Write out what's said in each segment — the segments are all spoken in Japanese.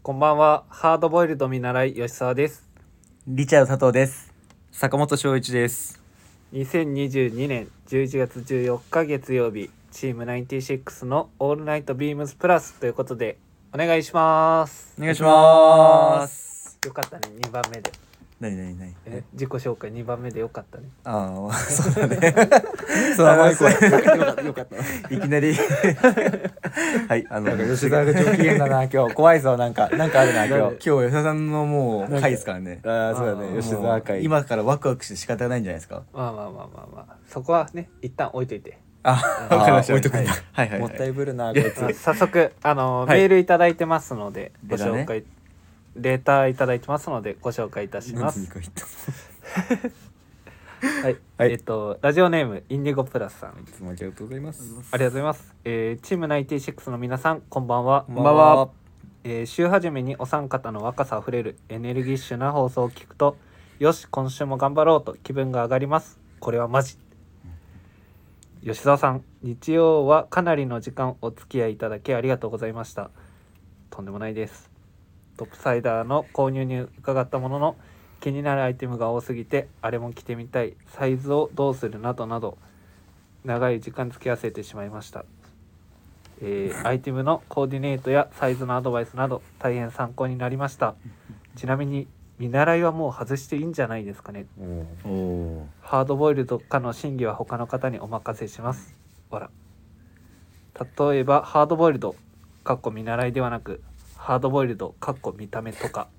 こんばんは。ハードボイルド見習い吉沢です。 リチャード佐藤です。 坂本翔一です。 2022年11月14日月曜日、チーム96のオールナイトビームスプラスということでお願いします。 お願いします。 よかったね、2番目で。 何自己紹介2番目でよかったね。 ああ、そうだね。 そう、 よかったいきなりはい、 なんか吉沢が上機嫌だな、今日怖いぞ、なんかあるな、今日。 今日吉田さんのもう回ですからね。 ああ、そうだね、吉沢会。 今からワクワクして仕方がないんじゃないですか。 まあそこはね、一旦置いといて。 わかりました。 置いとくんだ。 はい。 もったいぶるな、こいつ。 早速メールいただいてますのでご紹介、レターいただいてますのでご紹介いたします。はい、ラジオネームインディゴプラスさん、いつもありがとうございます。 ありがとうございます。チーム96の皆さん、こんばんは。 こんばんは。 週始めにお三方の若さあふれるエネルギッシュな放送を聞くと、よし今週も頑張ろうと気分が上がります。これはマジ。吉沢さん、日曜はかなりの時間お付き合いいただきありがとうございました。とんでもないです。トップサイダーの購入に伺ったものの、気になるアイテムが多すぎてあれも着てみたい、サイズをどうするなどなど長い時間付き合わせてしまいました。アイテムのコーディネートやサイズのアドバイスなど大変参考になりました。ちなみに見習いはもう外していいんじゃないですかね。ハードボイルドかの審議は他の方にお任せします。ほら、例えばハードボイルドかっこ見習いではなくハードボイルドかっこ見た目とか。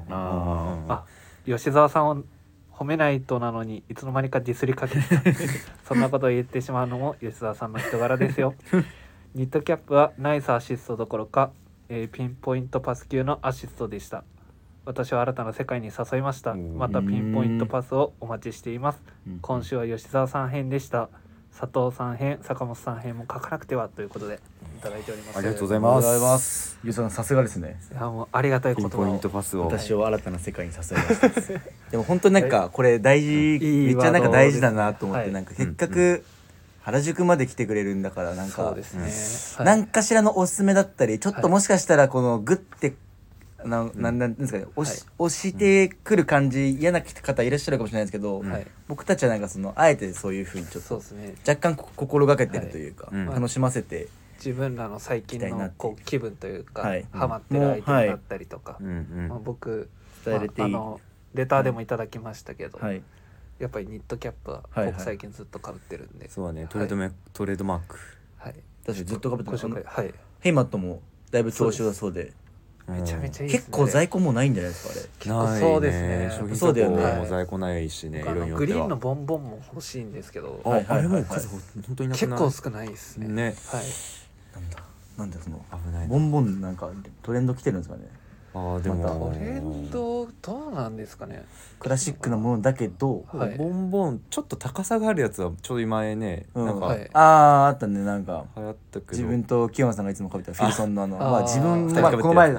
吉沢さんを褒めないとなのにいつの間にかディスりかけてたそんなことを言ってしまうのも吉沢さんの人柄ですよ。ニットキャップはナイスアシストどころか、ピンポイントパス級のアシストでした。私は新たな世界に誘いました。またピンポイントパスをお待ちしています。今週は吉沢さん編でした。佐藤さん編、坂本さん編も書かなくてはということでいただいております。 ありがとうございます。 吉田さんさすがですね。 いや、もうありがたい言葉を。 ピンポイントパスを私を新たな世界に誘いましたでも本当になんかこれ大事、めっちゃなんか大事だなと思って、なんかせっかく原宿まで来てくれるんだから、なんかそうですね、 何かしらのおすすめだったり、ちょっともしかしたらこのグッてなんですかね、押してくる感じ、嫌な方いらっしゃるかもしれないですけど、僕たちはなんかあえてそういう風にちょっと若干心がけてるというか、楽しませて自分らの最近のこう気分というか、ハマってるアイテムだったりとか、僕伝えれていい、 レターでもいただきましたけど、やっぱりニットキャップは僕最近ずっと被ってるんで、 そうだね、トレードマーク、 はい、 確かにずっと被ってます。 ヘイマットもだいぶ調子がそうで、 めちゃめちゃいいですね。 結構在庫もうないんじゃないですか、あれ。 結構そうですね。 そうだよね。 もう在庫ないしね。 グリーンのボンボンも欲しいんですけど、 あれも数本当になくない？ 結構少ないですね。 ね。 はい。 なんでその危ない。 ボンボンなんかトレンド来てるんですかね。 でもトレンドどうなんですかね。 クラシックなものだけど、 ボンボンちょっと高さがあるやつはちょい前ね、なんかあったね、なんか流行ったけど、 自分と清山さんがいつも被ってたフィルソンのまあ自分この前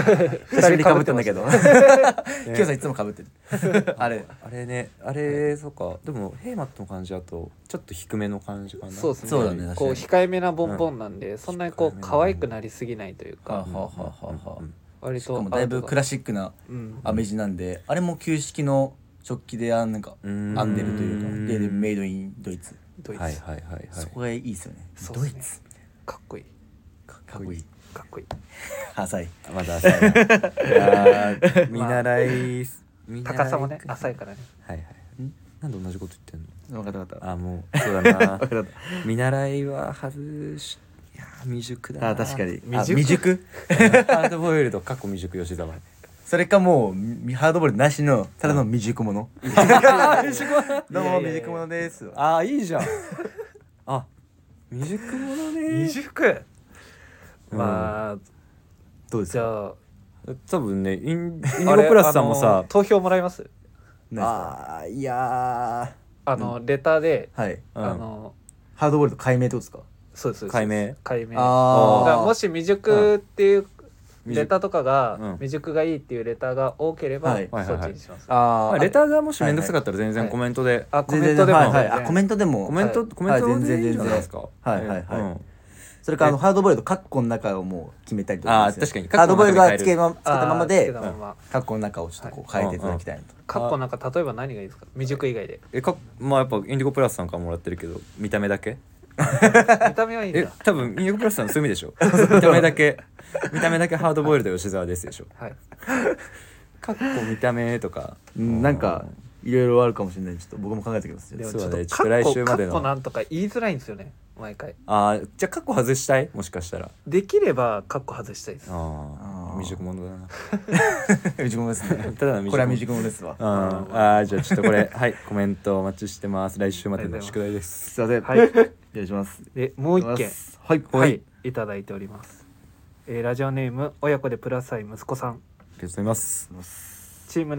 2人で被ってんだけど、清山さんいつも被ってる。あれね、あれそうか。でもヘイマットの感じだとちょっと低めの感じかな。 そうですね。こう控えめなボンボンなんで、そんなにこう可愛くなりすぎないというか。割としかもだいぶクラシックなアメージなんで、あれも旧式の食器でなんか編んでるというか、でメイドインドイツ。 はいそこがいいですよね。ドイツかっこいい。 浅い。 まだ浅い。いや見習い高さもね浅いからね。 なんで同じこと言ってんの？ 分かった。 もうそうだな。見習いは外し。未熟だな。 確かに未熟ハードボイルド過去未熟吉沢。 それかもうハードボイルドなしのただの未熟者。どうも未熟者です。 いいじゃん。未熟者ね。 未熟。まあどうですか。 じゃあ多分ね、インディゴプラスさんもさ、 投票もらいます。 いやレターでハードボイルド解明ってことですか。 そうです。 解明。 もし未熟っていうレターとかが未熟がいいっていうレターが多ければそっちにします。 レターがもしめんどくさかったら全然コメントで。 コメントでも。 コメントで全然いいじゃないですか。 それからハードボイルドカッコの中をもう決めたりとかですね、 確かにハードボイルドはつカッコの中でけたままつでけたままカッコの中をちょっとこう変えていただきたいなと。 カッコなんか例えば何がいいですか？未熟以外で。 まあやっぱインディゴプラスさんからもらってるけど見た目だけ見た目はいいんだ。 多分インディゴプラスさんそういう意味でしょ見た目だけハードボイルド吉沢ですでしょ。 はい。 かっこ見た目とかなんかいろいろあるかもしれない。ちょっと僕も考えておきます。 でもそうだねちょっとちょっと来週までのカッコなんとか言いづらいんですよね毎回。 じゃあカッコ外したいもしかしたらできればカッコ外したいです。 未熟者だな未熟者ですね。 ただのこれは未熟者ですわ。 じゃあちょっとこれはいコメントお待ちしてます。来週までの宿題ですすいません。 はい。 お願いします。 でもう一件はいはいいただいております。ラジオネーム親子でプラス愛息子さん。 ありがとうございますチーム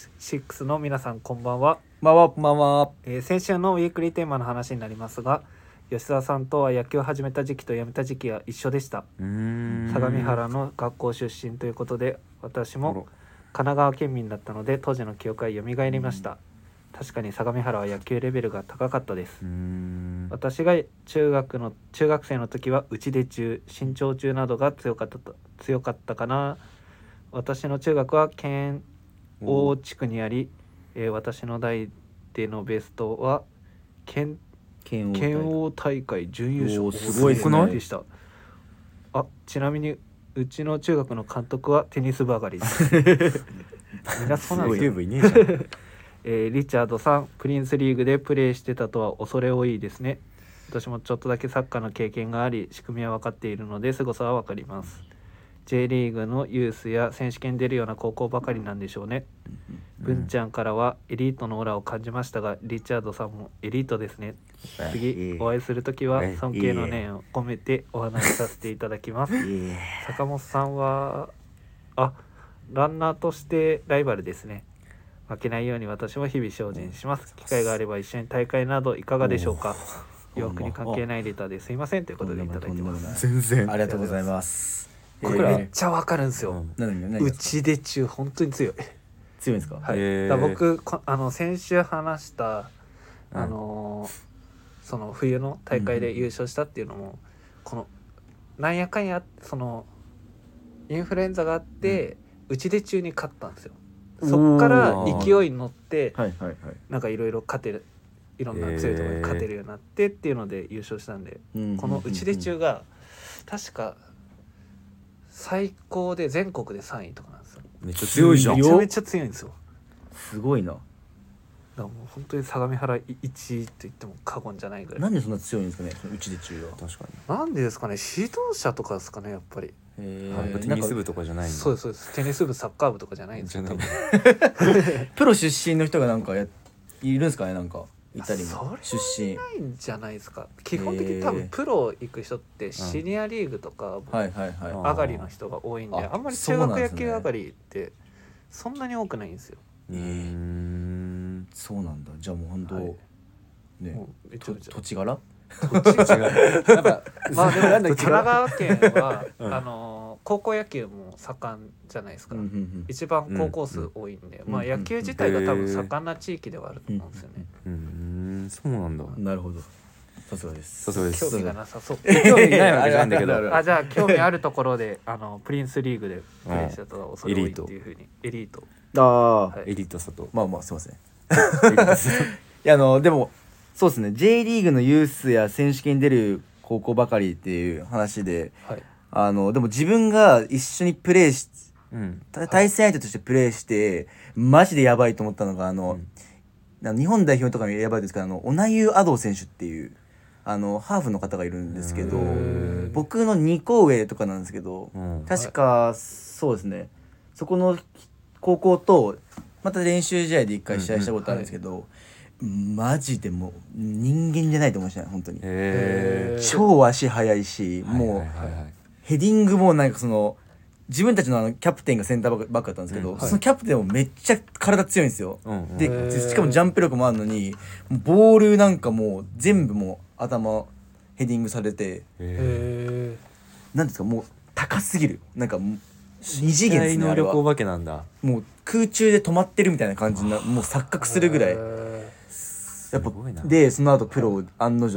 96の皆さんこんばんは。 まあまあこんばんは。 先週のウィークリーテーマの話になりますが、吉沢さんとは野球を始めた時期と辞めた時期が一緒でした。相模原の学校出身ということで私も神奈川県民だったので当時の記憶が蘇りました。確かに相模原は野球レベルが高かったです。私が中学生の時は内出中身長中などが強かったかな。私の中学は県央地区にあり、私の代でのベストは県央大会準優勝。 すごいですねでした。ちなみにうちの中学の監督はテニス部上がりです。みんなそうなんですよ。 いねえじゃんリチャードさんプリンスリーグでプレーしてたとは恐れ多いですね。私もちょっとだけサッカーの経験があり仕組みは分かっているので凄さは分かります。J リーグのユースや選手権出るような高校ばかりなんでしょうね。文ちゃんからはエリートのオーラを感じましたがリチャードさんもエリートですね。次お会いするときは尊敬の念を込めてお話しさせていただきます。坂本さんはランナーとしてライバルですね。負けないように私も日々精進します。機会があれば一緒に大会などいかがでしょうか。洋服に関係ないレターですいませんということでいただいてます。 全然ありがとうございます。 これめっちゃわかるんですよ。 何が内出中本当に強い。 強いんですか？ はい。だから僕先週話したその冬の大会で優勝したっていうのもこのなんやかんやそのインフルエンザがあって内出中に勝ったんですよ。そっから勢いに乗ってなんかいろいろ勝てるいろんな強いところに勝てるようになってっていうので優勝したんで、この内出中が確か最高で全国で3位とかなんですよ。 めっちゃ強いじゃん。 めちゃめちゃ強いんですよ。 すごいな。 だからもう本当に相模原1位と言っても過言じゃないぐらい。 なんでそんな強いんですかね、うちで中は。 確かなんでですかね、指導者とかですかね、やっぱり。 にテニス部とかじゃないんだ。 そうですそうです。テニス部サッカー部とかじゃないんですよ。 プロ出身の人がなんかいるんですかね、なんかいたりも。出身ないんじゃないですか。基本的に多分プロ行く人ってシニアリーグとか上がりの人が多いんで、あんまり中学野球上がりってそんなに多くないんですよ。 そうなんだ。じゃあもう本当ね、土地柄？ 土地柄。やっぱまあでも神奈川県は高校野球も盛んじゃないですか。一番高校数多いんで、まあ野球自体が多分盛んな地域ではあると思うんですよね。 そうなんだ。 なるほど。さすがです。 さすがです。 興味がなさそう。 興味ないわけじゃないんだけど。 じゃあ興味あるところでプリンスリーグでプレーしてたら恐れ多いっていう風にエリート。 エリート佐藤。 まあまあすいません。いやでもそうですね、 J リーグのユースや選手権に出る高校ばかりっていう話で、でも自分が一緒にプレーし、対戦相手としてプレーしてマジでやばいと思ったのが日本代表とかもやばいですけどオナユーアドー選手っていうハーフの方がいるんですけど、僕の2校上とかなんですけど、確かそうですね、そこの高校とまた練習試合で1回試合したことあるんですけど、マジでもう人間じゃないと思いましたね、本当に。超足速いし、もうヘディングもなんか自分たちのキャプテンがセンターバックだったんですけど、そのキャプテンもめっちゃ体強いんですよ。でしかもジャンプ力もあるのにボールなんかもう全部もう頭ヘディングされて、なんですか、もう高すぎる、なんか二次元ですね、あれは。 能力お化けなんだ。 もう空中で止まってるみたいな感じな、もう錯覚するぐらい。やっぱでその後プロ案の定行っ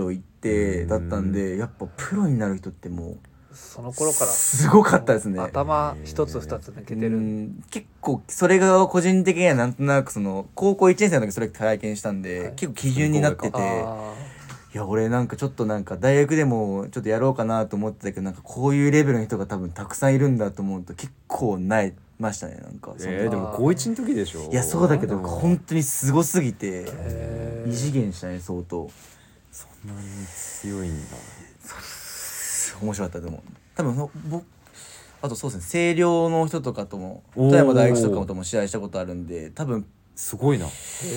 てだったんで、やっぱプロになる人ってもうその頃からすごかったですね。 頭一つ二つ抜けてる。 結構それが個人的にはなんとなくその高校1年生の時それ体験したんで、結構基準になってて、いや俺なんかちょっとなんか大学でもちょっとやろうかなと思ってたけど、なんかこういうレベルの人が多分たくさんいるんだと思うと結構萎えましたね。なんかでも高1の時でしょ。 いやそうだけど本当にすごすぎて異次元したね相当。 そんなに強いんだ。 面白かったでも多分僕あとそうですね星稜の人とかとも富山第一とかとも試合したことあるんで多分すごいな。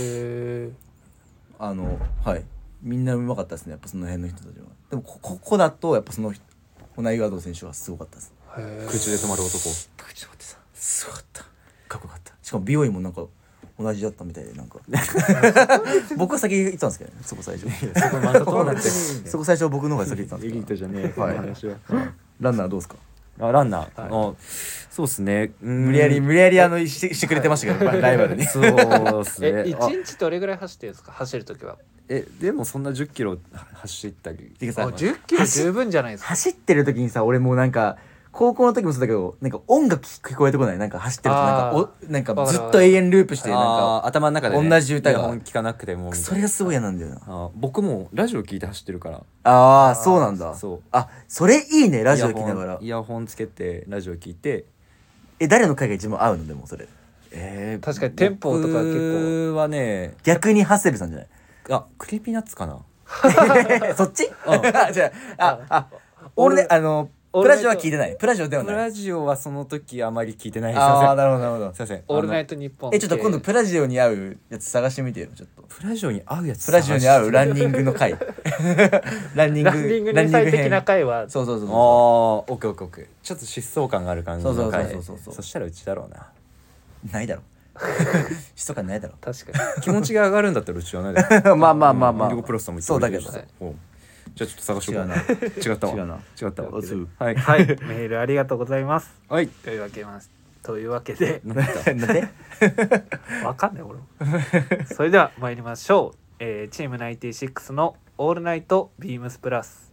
はいみんなうまかったですねやっぱその辺の人たちは。でもここだとやっぱその同じガード選手はすごかったです。 口で止まる男。 口で止まってさすごかったかっこよかった。しかも美容院もなんか同じだったみたいでなんか僕は先言ってたんですけどねそこ最初そこまたどうなってそこ最初僕の方が先言ってたんですけどエリートじゃねえはい話は。 ランナーどうですか。 ランナー、そうですね。 無理やりしてくれてましたけどライバルに。 そうですね。 一日どれぐらい走ってるんですか走るときは。 でもそんな10キロ走ったり。 てかさ 10キロ十分じゃないですか。 走ってる時にさ俺もうなんか高校の時もそうだけどなんか音楽聞こえてこない。なんか走ってるとなんかずっと永遠ループしてなんか頭の中で同じ歌がイヤホン聞かなくてもそれがすごい嫌なんだよな。 僕もラジオ聞いて走ってるから。 ああそうなんだ。 そうそれいいねラジオ聞きながらイヤホンつけてラジオ聞いて。 誰の回が一番合うのでもそれ。 確かにテンポとか結構僕はね逆にハッセルさんじゃないクリーピーナッツかな。 そっちじゃあ俺ねプラジオは聞いてない。プラジオではない。 プラジオはその時あまり聞いてない。 ああなるほどなるほど。 すいません。 オールナイトニッポン。 ちょっと今度プラジオに合うやつ探してみてよちょっと。 プラジオに合うやつ。 プラジオに合うランニングの回。ランニングに最適な回は。 そうオッケー。ちょっと疾走感がある感じの回。 そうそしたらうちだろうな。 ないだろ。疾走感ないだろ。 確かに。 気持ちが上がるんだったらうちはないだろ。 まあ。 リゴプラスさんもそうだけど。 じゃあちょっと探しようかな。違ったわ。 違ったわ。 はい、メールありがとうございます。 はい。 というわけでなんでわかんない俺も。それでは参りましょう。チーム96のオールナイトビームスプラス。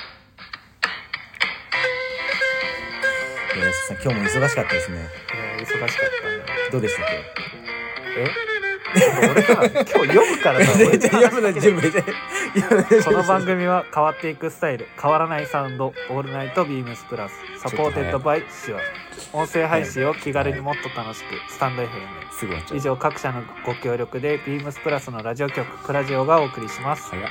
今日も忙しかったですね。 忙しかったね。 どうでしたっけ？俺が今日読むからさ。 読むの準備で。 この番組は変わっていくスタイル、変わらないサウンド、オールナイトビームスプラス、サポーテッドバイシュア。音声配信を気軽にもっと楽しく、スタンド FM。以上各社のご協力でビームスプラスのラジオ局プラジオがお送りします。 いや、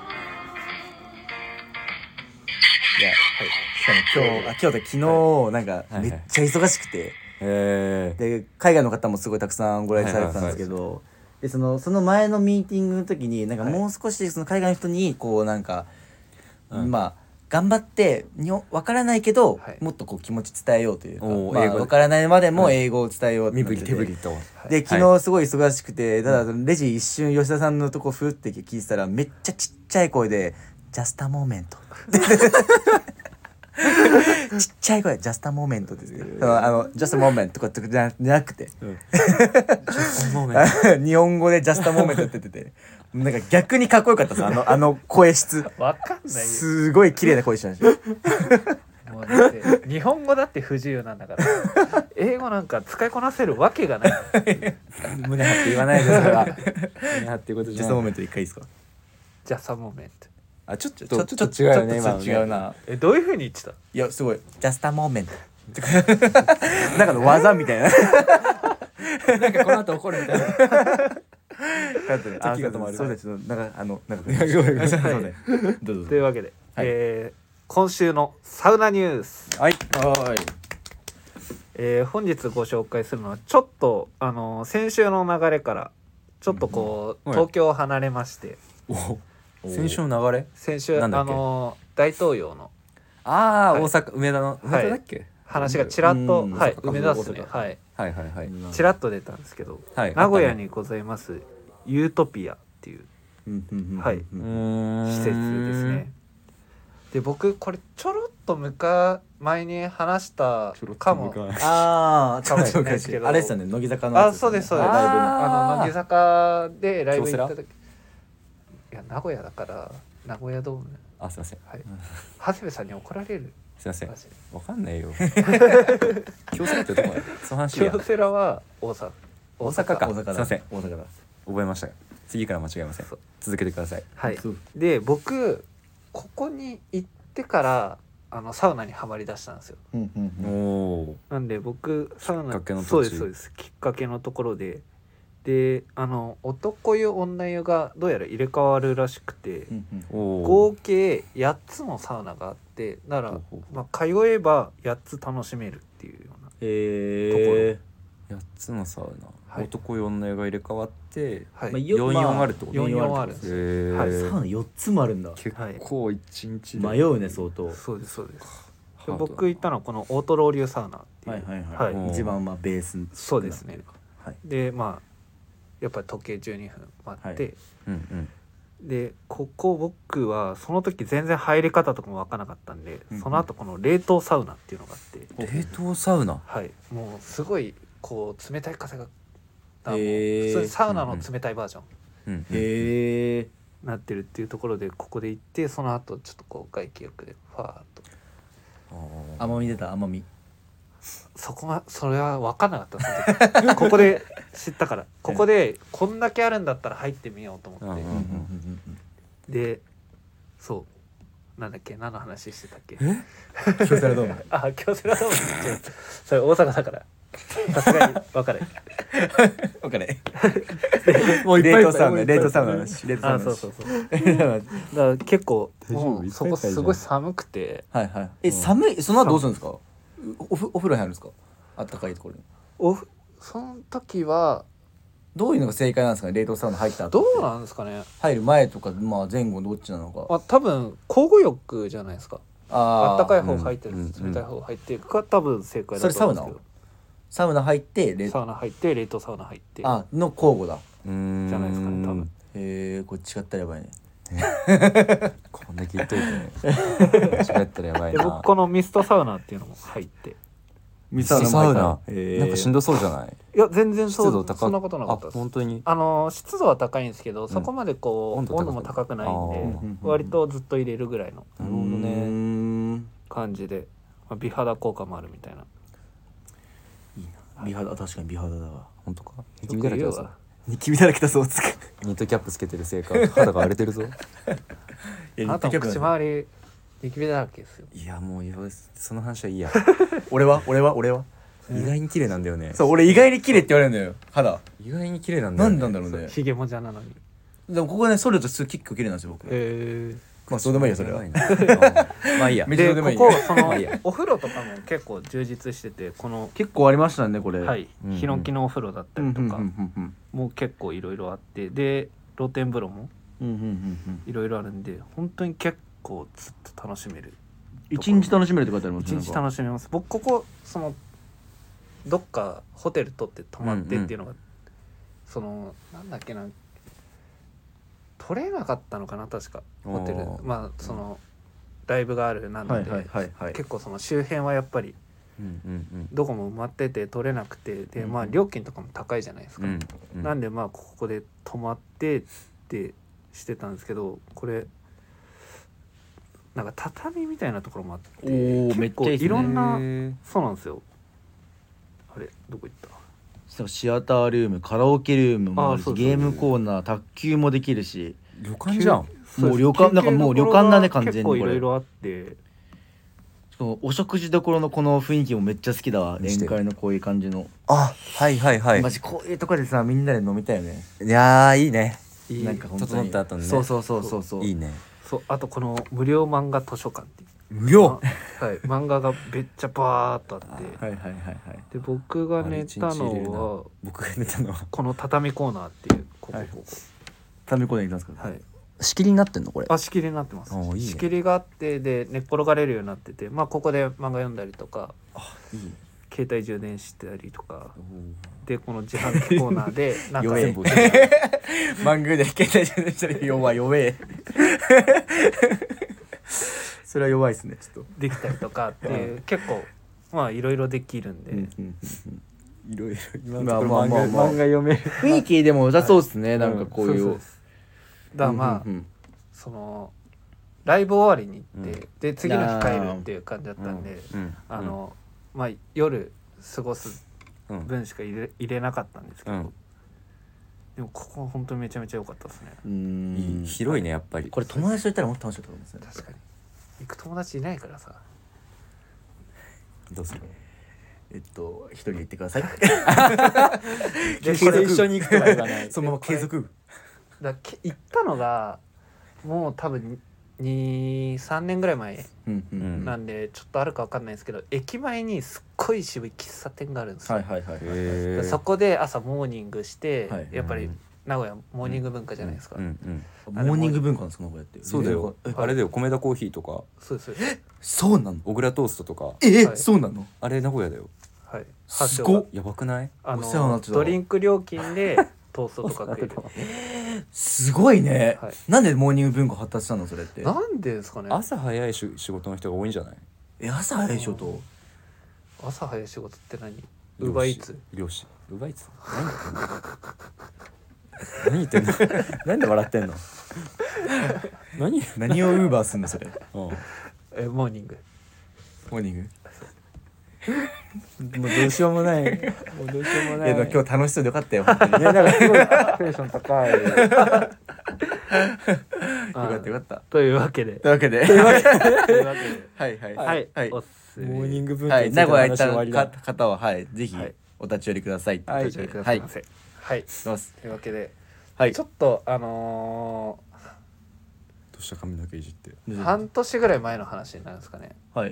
しかも今日と昨日なんかめっちゃ忙しくて、で海外の方もすごいたくさんご来店されてたんですけど、でその前のミーティングの時になんかもう少しその海外の人にこうなんか、まあ頑張って分からないけど、もっとこう気持ち伝えようというか、分からないまでも英語を伝えようって身振り手振りと。 で昨日すごい忙しくて、ただレジ一瞬吉田さんのとこふって聞いてたらめっちゃちっちゃい声で「ジャスタモーメント」ちっちゃい声「ジャスタモーメント」ですね。ジャスタモーメントとかじゃなくて日本語で「ジャスタモーメント」って言っててなんか逆にかっこよかったです。声質わかんないよ。 すごい綺麗な声してました。 もうだって日本語だって不自由なんだから英語なんか使いこなせるわけがない。 胸張って言わないでそれは。胸張っていうことじゃない。 ジャスタモーメント一回いいですか。 ジャスタモーメント。 ちょっと違うよね今。 違うな。 どういう風に言ってた？ いやすごいジャスタモーメントなんかの技みたいななんかこの後怒るみたいな時が止まる。 そうです。なんかどうぞ。 というわけで、今週のサウナニュース。 はい。 本日ご紹介するのはちょっと先週の流れからちょっとこう、東京を離れまして。 先週の流れ？ 先週大東洋の大阪梅田の梅田だっけ？ 話がちらっと梅田ですね。はいちらっと出たんですけど、名古屋にございますユートピアっていう施設ですね。で僕これちょろっと前に話したかもしれないですけど、 あれですよね乃木坂の。 そうですそうです。乃木坂でライブ行った時、いや名古屋だから名古屋ドーム、 あ、すいません。 はい、長谷部さんに怒られる。 すいません。 マジでわかんないよ。京セラってどこだよ。その話や。 京セラは大阪。 大阪か。 大阪だすいません。 大阪だ覚えました。次から間違えませんそう。 続けてください。 はいそう。 で僕ここに行ってからサウナにはまりだしたんですよ。 うんうんうんおお。 なんで僕サウナきっかけの土地そうですそうです、きっかけのところで男湯女湯がどうやら入れ替わるらしくて、 うんうんおお。 合計8つのサウナがあって、だからほうほうほうまあ、通えば8つ楽しめるっていうような。 へえ 8つのサウナ、 はい男湯女湯が入れ替わって、 はい、 まあ 44あるってこと。 44あるんですよ。 へはいーサウナ4つもあるんだ結構一日で迷うね相当そうですそうです。 ハードだな僕行ったのはこのオートロウリュサウナっていう、 はいはいはい、 はい一番まあベースそうですね。 はいでまあやっぱり時計12分待って、 はいうんでここ僕はその時全然入り方とかも分からなかったんで、 うんその後この冷凍サウナっていうのがあって、 うん。冷凍サウナ。 はい、もうすごいこう冷たい風が、もうへー普通にサウナの冷たいバージョンうんうん。 へえになってるっていうところでここで行って、その後ちょっとこう外気浴でファーっと、 あー甘み出た甘みそれは分かんなかったその時ここで知ったから、ここでこんだけあるんだったら入ってみようと思って、 うんうんうんでそうなんだっけ、何の話してたっけ。 京セラドームあ、京セラドームって言っちゃうそれ大阪だからさすがに分かれわかるもういっぱい冷凍サウナ冷凍サウナの冷凍サウナあ、 のそうそうそうだから結構大丈夫もうそこすごい寒くて、 はいはい寒いその後どうするんですかお風呂に入るんですかあったかいところにその時はどういうのが正解なんですかね冷凍サウナ入った後どうなんですかね。 入る前とかまあ前後どっちなのか多分交互浴じゃないですか。あったかい方うん入ってる、 うん冷たい方入ってが多分正解だと思うんですけど、 サウナ入ってサウナ入って冷凍サウナ入っての交互だうーんじゃないですかね多分。 へえこれ違ったらやばいねこんだけ言っといてね間違ったらやばいな。 で僕このミストサウナっていうのも入って、 ミストサウナへーなんかしんどそうじゃない。 いや全然湿度高そんなことなかったあです。 本当に。 湿度は高いんですけど、そこまでこう、 温度高く温度も高くないんあでー割とずっと入れるぐらいのなるほどね。 ね感じで、まあ、美肌効果もあるみたいな。 美肌確かに美肌だわ本当か。ニよキビく言うわだらけだぞ。 ニキビだらけだそうつくニットキャップつけてるせいか肌が荒れてるぞ。 あなたも口周りニキビだらけですよ。 いやもうその話はいいや。 俺は意外に綺麗なんだよね。 そう俺意外に綺麗って言われるのよ肌意外に綺麗なんだよね。 何なんだろうねひげもじゃなのに。 でもここね剃るとすぐ結構綺麗なんですよ僕まあそうでもいいよそれはやばいなまあいいや。 めっちゃでどうでもいいここそのまあいいやお風呂とかも結構充実してて、この結構ありましたねこれはいうんうんヒノキのお風呂だったりとかもう結構いろいろあって、で露天風呂もいろいろあるんで、本当に結構ずっと楽しめる。 一日楽しめるって書いてありますね一日楽しめます。僕ここそのどっかホテル取って泊まってっていうのが、そのなんだっけな、取れなかったのかな確かホテル。 おーまあそのライブがあるなので、 はい結構その周辺はやっぱりどこも埋まってて取れなくて、でまあ料金とかも高いじゃないですか、なんでまあここで泊まってってしてたんですけど、これなんか畳みたいなところもあっておーめっ結構ちゃいいっすねいろんな、そうなんですよ。あれどこ行った。 シアタールームカラオケルームもあるしあそうそうゲームコーナー卓球もできるし旅館じゃん。 もう旅館なんかもう旅館だね完全にこれ結構いろいろあって、 しかもお食事どころのこの雰囲気もめっちゃ好きだわ見して宴会のこういう感じのあはいはいはいマジこういうとこでさみんなで飲みたいよねいやーいいね。 いいなんか本当に整った後にねそういいね。 そうあとこの無料漫画図書館っていう無料。 はい漫画がめっちゃバーっとあって、 はいはいはいはいで僕が寝たのは僕が寝たのはこの畳コーナーっていうここ、 はい畳コーナー行きますかはい、 仕切りになってんのこれ。 あ仕切りになってます。 おーいいね仕切りがあってで寝っ転がれるようになってて、まあここで漫画読んだりとかいい。 携帯充電したりとかで、この自販機コーナーでなんか弱え全部漫画で携帯充電したら弱えそれは弱いですねちょっとできたりとかっていう結構まあいろいろできるんで、 いろいろ今まあのところまあまあ漫画読める。 雰囲気でも良さそうですねなんかこういうそうですだからまあ、 うんそのライブ終わりに行って、で次の日帰るっていう感じだったんで、まあ夜過ごす分しか入れなかったんですけど、でもここ本当にめちゃめちゃ良かったですね。 広いねやっぱり。 これ友達と行ったらもっと楽しいと思うんですね。 確かに行く友達いないからさ。 どうする？ 一人で行ってください。 でこれ一緒に行くとは言わない。 そのまま継続。 行ったのがもう多分2、3年ぐらい前なんでちょっとあるか分かんないですけど、駅前にすっごい渋い喫茶店があるんですよ。そこで朝モーニングして、やっぱり名古屋モーニング文化じゃないですか。 モーニング文化なんですか名古屋って。 そうだよ。あれだよ、米田コーヒーとか。 そうです。 そうなの？ 小倉トーストとか。 そうなの？ あれ名古屋だよ。 はい。 すごっ。 やばくない？ ドリンク料金でトーストとか食える。 すごいね。なんでモーニング文化発達したのそれって？ なんでですかね。 朝早い仕事の人が多いんじゃない？ 朝早い仕事？ 朝早い仕事って何？ウーバーイーツ？ 漁師。ウーバーイーツ？何言ってんの？なんで笑ってんの？ 何をウーバーすんのそれ？ モーニング。 モーニング？ もうどうしようもない。もうどうしようもない。 今日楽しそうでよかったよ本当にね。 だからすごいテンション高い。 よかったよかった。 というわけで。 はいおすすめ。 モーニング文化について名古屋の話終わりだ。 行った方はぜひお立ち寄りください。 お立ち寄りくださいませ。はい。 というわけではい。 ちょっとどうした髪の毛いじって。 半年ぐらい前の話になるんですかね。 はい。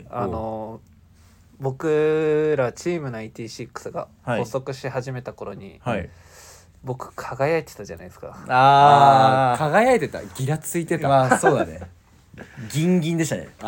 僕らチーム96が発足し始めた頃に、僕輝いてたじゃないですか。 輝いてた。ギラついてた。 まあそうだね。ギンギンでしたね。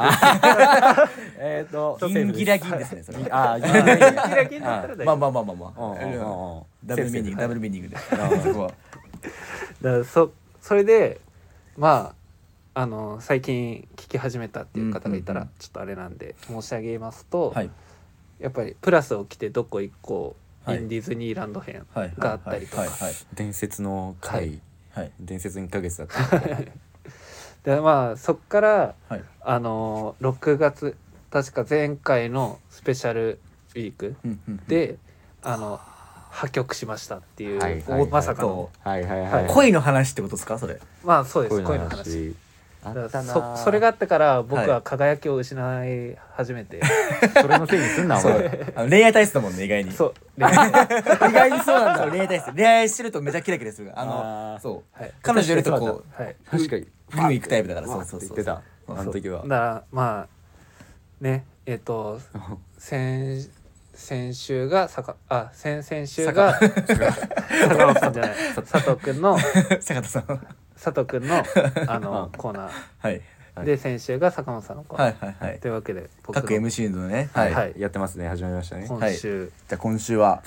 ギンギラギンですねそれ。 ギラギンだったら大丈夫。 まあダブルミーニングで。そこは。 だからそれでまあ最近聞き始めたっていう方がいたらちょっとあれなんで申し上げますと、やっぱりプラスを着てどこ行こう、インディズニーランド編があったりとか、 伝説の回、伝説の1ヶ月だった。 でまあそっから6月確か前回のスペシャルウィークで破局しましたっていうまさかの恋の話ってことですかそれ？ まあそうです、恋の話。それがあってから僕は輝きを失い始めて、 それのせいにすんなお前。 恋愛体質だもんね意外に。 そう意外にそうなんだ。恋愛体質。恋愛してるとめちゃキラキラする。そう彼女いるとこう確かに海行くタイプだから。 そう言ってたあの時は。 だからまあね先週が先々週が坂本さんじゃない佐藤くんの佐藤くんのコーナーで、先週が坂本さんのコーナーというわけで各 MC のねやってますね。始まりましたね。 今週じゃあ今週は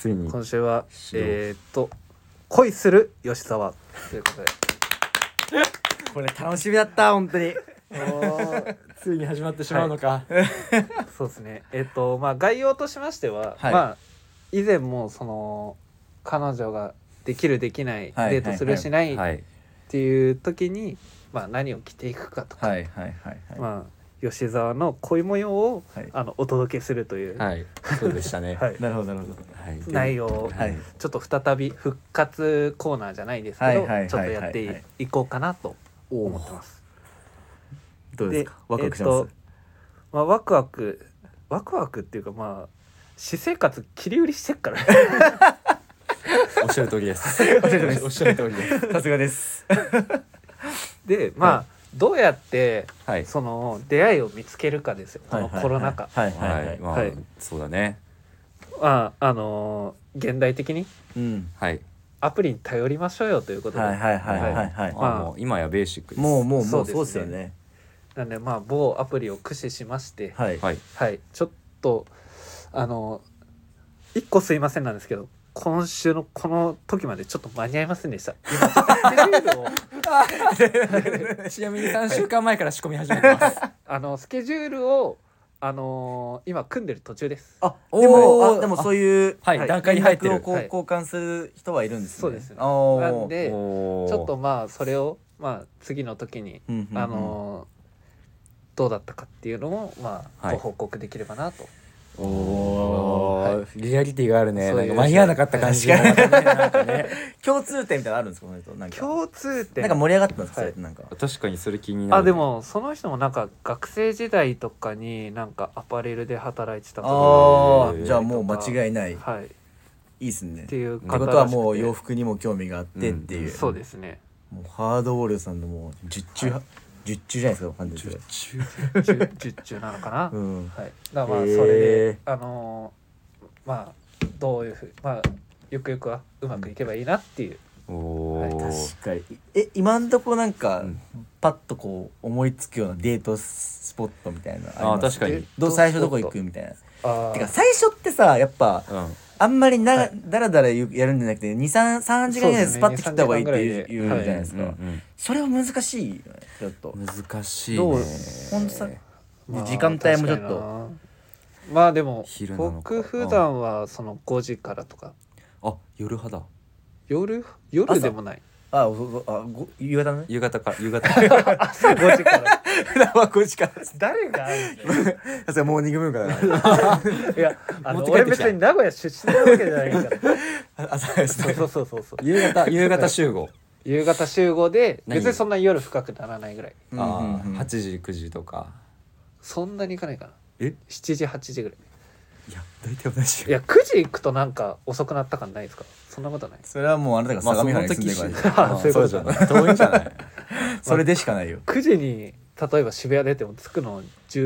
恋する吉沢ということで、 これ楽しみだった本当に。 ついに始まってしまうのか。 そうですね。まあ概要としましては、まあ以前もその彼女ができるできないデートするしないっていう時にまあ何を着ていくかとか、まあ吉沢の恋模様をお届けするという、 そうでしたね。 なるほど内容をちょっと再び復活コーナーじゃないですけど、ちょっとやっていこうかなと思ってます。 どうですか？ワクワクします？ まあワクワクっていうか、まあ私生活切り売りしてっからおっしゃる通りです。おっしゃる通りです。 さすがです。 でまあどうやってその出会いを見つけるかですよ、このコロナ禍。 そうだね。 現代的にアプリに頼りましょうよということで、 今やベーシックです。 もうそうですよね。 なんでまあ某アプリを駆使しまして、ちょっと1個すいませんなんですけど、今週のこの時までちょっと間に合いませんでした。今ちょっとスケジュールをちなみに3週間前から仕込み始めてます。 スケジュールを今組んでる途中です。 でもそういう段階に入ってる。 交換する人はいるんですね。 そうですね。なんでちょっとまあそれをまあ次の時にどうだったかっていうのをまあはいご報告できればなと。 おー、リアリティがあるね。 そういうなんか間に合わなかった感じがまたねなんかね共通点みたいなのあるんですかこの人なんか共通点なんか盛り上がったんですか、 はいそれってなんか確かにそれ気になる。 でもその人もなんか学生時代とかになんかアパレルで働いてたとかああじゃあもう間違いないはいっいいっすねていうって方らしくてことはもう洋服にも興味があってっていう、 そうですね。 もうハードウォールさんのもう10中、10中じゃないですか完全に 10中なのかな、 うんはい、だからまあそへーれでまあどういうふうまあゆくゆくはうまくいけばいいなっていう、 おはいー、 確かに今んとこなんか、 うんパッとこう思いつくようなデートスポットみたいなのあります確かに最初どこ行くみたいなあてか最初ってさやっぱうんあんまりはいだらだらやるんじゃなくて3時間ぐらいでスパッと切った方がいいって言うじゃないですか、 うんうんそれは難しいよねちょっと難しいね。 どうほんとさまあ時間帯もちょっと確かになまあでも昼なのか僕普段はその5時からとかあ、夜派だ。 夜でもない夕方ね夕方か夕方朝5時から普段は5時から誰があるんだよさすがモーニングムーンかいや持って帰ってきた俺別に名古屋出身なわけじゃないからら朝ですねそう夕方集合。 夕方集合で何別にそんな夜深くならないぐらいうんあうんうんあ、8時9時とか。 そんなにいかないかなえ、 7時8時ぐらいいや大体同じいや9時行くとなんか遅くなった感ないですか？そんなことないそれはもうあなたがまあ相模原に住んでるからまあそういうことじゃない。遠いんじゃない。 それでしかないよ 9時に例えば渋谷出ても着くの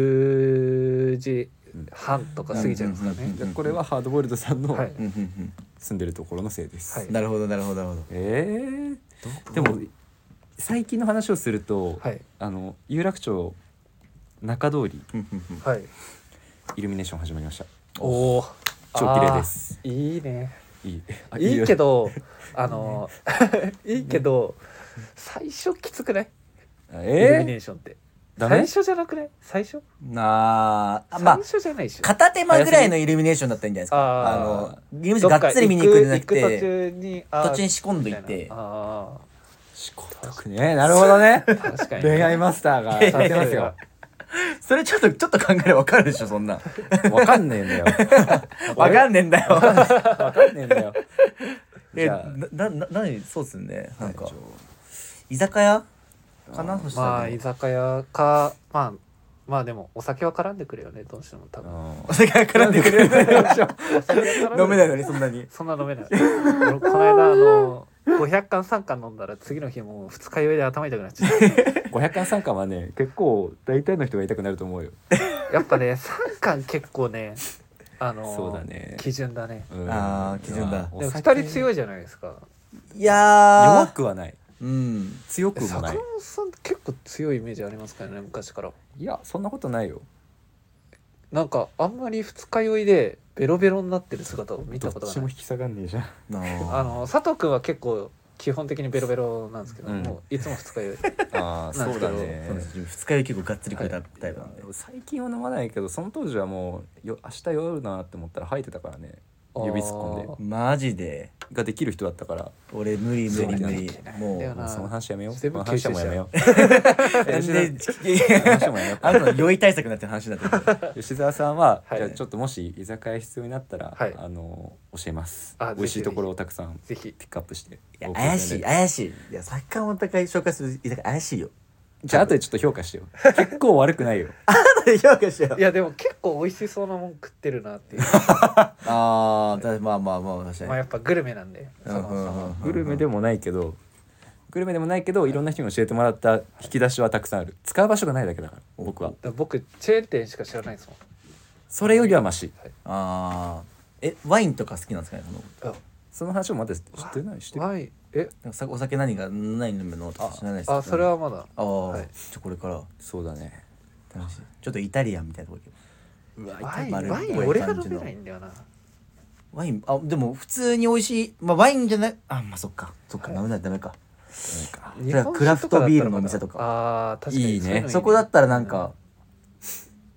10時半とか過ぎちゃいますからねうんうんうんじゃあこれはハードボイルドさんのはいうんうん住んでるところのせいです。 はいなるほどなるほどなるほでも最近の話をすると、 はい有楽町中通りどはいイルミネーション始まりました。 おお超綺麗です。 いいねいいいいけどいいけど最初きつくない？イルミネーションってダメ最初じゃなくない？最初まあ最初じゃないでしょ。 片手間ぐらいのイルミネーションだったらいいんじゃないですあかイルミネーションがっつり見に行くんじゃなく行く途て中に途中に仕込んどいてみたいなしこたくね。なるほどね。 確かにね恋愛マスターが立ってますよ。 それちょっと考えればわかるでしょそんなわかんねえんだよ。 わかんねえんだよわかんねえんだよ。じゃあ何そうっすねなんか居酒屋かなそしたらまあ居酒屋かまあでもお酒は絡んでくるよねどうしても多分お酒が絡んでくれるお酒は絡んで飲めないのにそんなにそんな飲めない俺この間500缶3缶飲んだら次の日もう二日酔いで頭痛くなっちゃっ 500巻3巻はね結構大体の人が痛くなると思うよ。 たやっぱね3缶結構ねそうだね。 基準だねうんあー基準だでもお酒 2人強いじゃないですかいや弱くはない。 うん強くも坂ない本。さん結構強いイメージありますからね昔からいやそんなことないよ。 なんかあんまり二日酔いでベロベロになってる姿を見たことがないどっちも引き下がんねえじゃん。 佐藤君は結構基本的にベロベロなんですけど、 うんもういつも二日酔いああなんですけど二日酔い結構がっつりくれたタイプなんで最近は飲まないけどその当時はもう明日酔うなって思ったら吐いてたからね。指突っ込んであーマジでができる人だったから。 俺無理そうもうだよなその話やめよう。 全部この話はもうやめよう。 なんで話もやめよう。 あなたの酔い対策になってる話になってる吉澤さんは、 はいじゃあちょっともし居酒屋必要になったら、 はい教えます。 あ美味しいところをたくさんぜひピックアップして。 いや怪しいいや坂本が紹介する居酒屋怪しいよじゃあ後でちょっと評価してよ。結構悪くないよ。 評価しよういやでも結構美味しそうなもん食ってるなっていうまあ確かにまあやっぱグルメなんでうん佐藤さんはグルメでもないけど、いろんな人に教えてもらった引き出しはたくさんある。使う場所がないだけだから僕は。 だから僕チェーン店しか知らないですもんそれよりはマシ。 ワインとか好きなんですかねその話もまだ知ってないしてる。 はいお酒何飲むのとか知らないですそれはまだはいはいこれからそうだね。 楽しいちょっとイタリアンみたいなとこ行けばワイン丸っぽい俺が感じの飲めないんだよなワインでも普通に美味しいワインじゃないまあそっかはい飲めないとダメか日れはクラフトビールのお店とか確かにいいねそううのそこだったらなんか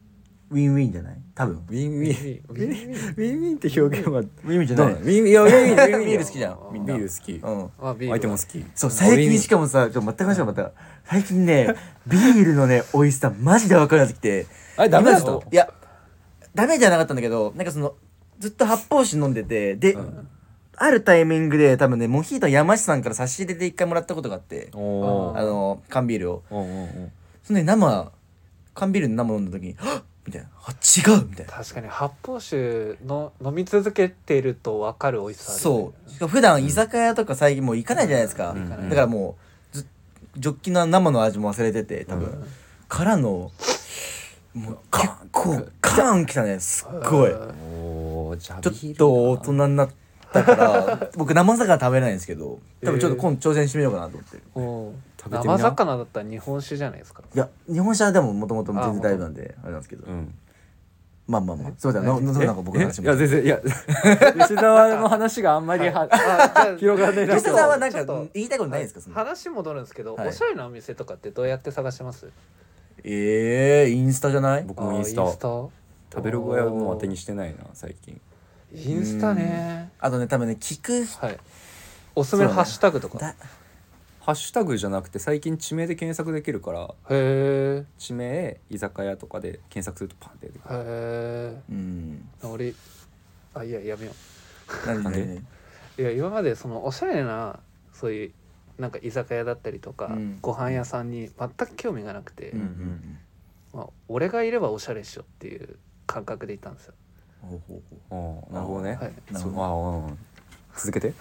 ウィンウィンじゃない多分ウィンウィンウィンウィンって表現はウィンウィンじゃないウィンいやウィンウィンビール好きじゃんみんなビール好きうんビール相手も好きそう最近しかもさ全く話がまた最近ねビールのね美味しさマジで分かるようになってきてあれダメだったのいやダメじゃなかったんだけどなんかそのずっと発泡酒飲んでてで、あるタイミングで多分ねモヒート山下さんから差し入れで一回もらったことがあってお缶ビールをおそのね缶ビールの生飲んだ時にはっみたいな違うみたいな確かに発泡酒の飲み続けてると分かる美味しさあるよね。 そうしかも普段居酒屋とか最近もう行かないじゃないですか、 んだからもうジョッキの生の味も忘れてて多分、からのもう結構カーンきたねすっごいおじゃあちょっと大人になったから僕生魚食べないんですけど多分ちょっと今度挑戦してみようかなと思ってる、 食べてみな生魚だったら日本酒じゃないですか。 いや日本酒はでももともと全然大丈夫なんであれなんですけど、まあすいませんなんか僕の話もいや全然いや吉沢の話があんまり広がらないな吉沢はなんかちょっと言いたいことないですかその話戻るんですけど、 はいおしゃれなお店とかってどうやって探してます？ インスタじゃない僕もインスタインスタ食べログはもう当てにしてないな最近インスタね。 あとね多分ね聞くはい。おすすめのハッシュタグとか。 だハッシュタグじゃなくて最近地名で検索できるからへ地名居酒屋とかで検索するとパンって出てくる俺いややめよなんでう。いや今までそのおしゃれなそういうなんか居酒屋だったりとか、ご飯屋さんに全く興味がなくて、まあ、俺がいればおしゃれっしょっていう感覚でいたんですよ。 なるほどねはい続けて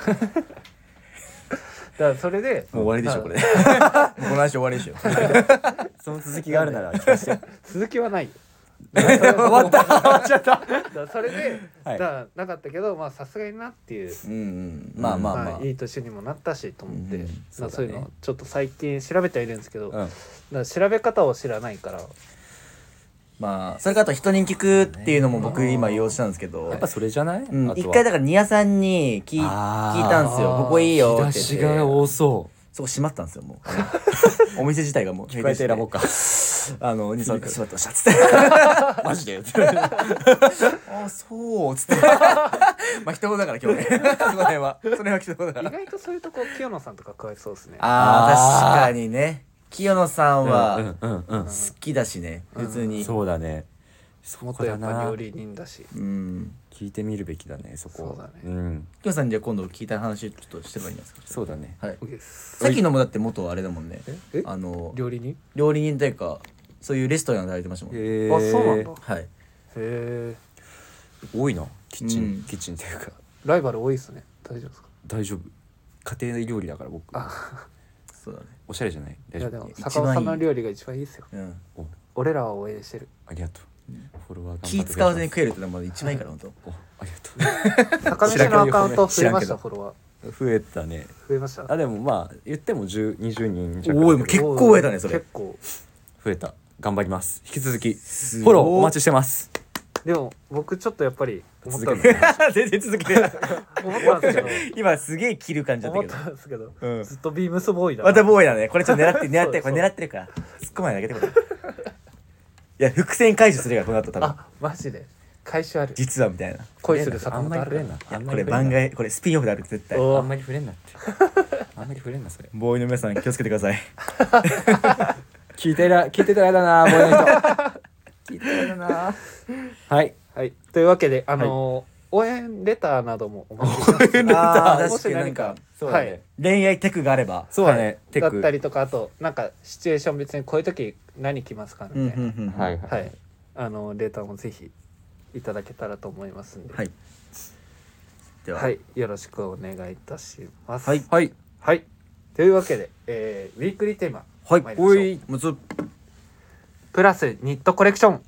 だからそれでもう終わりでしょこれもうこの話終わりでしょその続きがあるなら聞かせて続きはないよ。 終わった終わっちゃっただからそれで、 はいだからなかったけどまあさすがになっていう、 まあいい年にもなったしと思って、まあ、そういうそうだねのちょっと最近調べてはいるんですけど、だかうんら調べ方を知らないからまあそれからあと人に聞くっていうのも僕今用したんですけどやっぱそれじゃない一回だからニヤさんに聞いたんですよここいいよって引き出し言ってが多そそこ閉まったんですよもうお店自体がもうう聞かえて選ぼうかニヤさん閉まってましたっつってマジであそうっつってまあ人だから今日ねその辺は人だから意外とそういうとこ清野さんとかかわいそうですね。 確かにね清野さんは好きだしね普通にそうだねもっとやっぱ料理人だし。 聞いてみるべきだねそこそうだね清野さんにじゃあ今度聞いた話ちょっとしてればいいんですかそうだねはい OK ですさっきのもだって元あれだもんねえ料理人？ 料理人というかそういうレストランで働いてましたもんねあそうなんだ。 はいへえ。 多いなキッチうんンキッチンっていうかライバル多いですね。大丈夫ですか？ 大丈夫家庭料理だから僕そうだねおしゃれじゃない大丈夫いやでも坂尾さんの料理が一番いいですよ。 お俺らは応援してる。 ありがとうフォロワー頑張って気使わずに食えるってのはまだ一番いいから本当おありがと坂道のアカウント増えました知らんけどフォロワー。 う増えたね増えました。 あでもまあ言っても20人弱おいもう結構増えたねそれ結構。 増えた頑張ります引き続きフすごいォローお待ちしてますでも僕ちょっとやっぱり思ったん続ですけ全然続けてない思ったんですけど今すげえ切る感じだった思っけどたんですけど、 うんずっとビームスボーイだまたボーイだねこれちょっと狙ってこそうれ狙ってるから突っ込まないであげてこれいや伏線回収するからこの後多分あマジで回収ある。 実はみたいな恋する坂あん本あるまり触れんなあんまこれり触れんな番外これスピンオフである絶対おあんまり触れんなってあんまり触れんなそれボーイの皆さん気をつけてください聞いてたらやだなボーイの人聞いてたらやだなはいはいというわけで応援レターなどもお待ちしてます。 あーもし確かになんか何かそうだね、 はい恋愛テクがあればそうだね、テクだったりとかあとなんかシチュエーション別にこういう時何着ますかみたいな、 はいはいレターもぜひいただけたらと思いますんで、 はいでははいよろしくお願いいたします。 はいはいはいというわけで、ウィークリーテーマはい参りましょうおいむつプラスニットコレクション、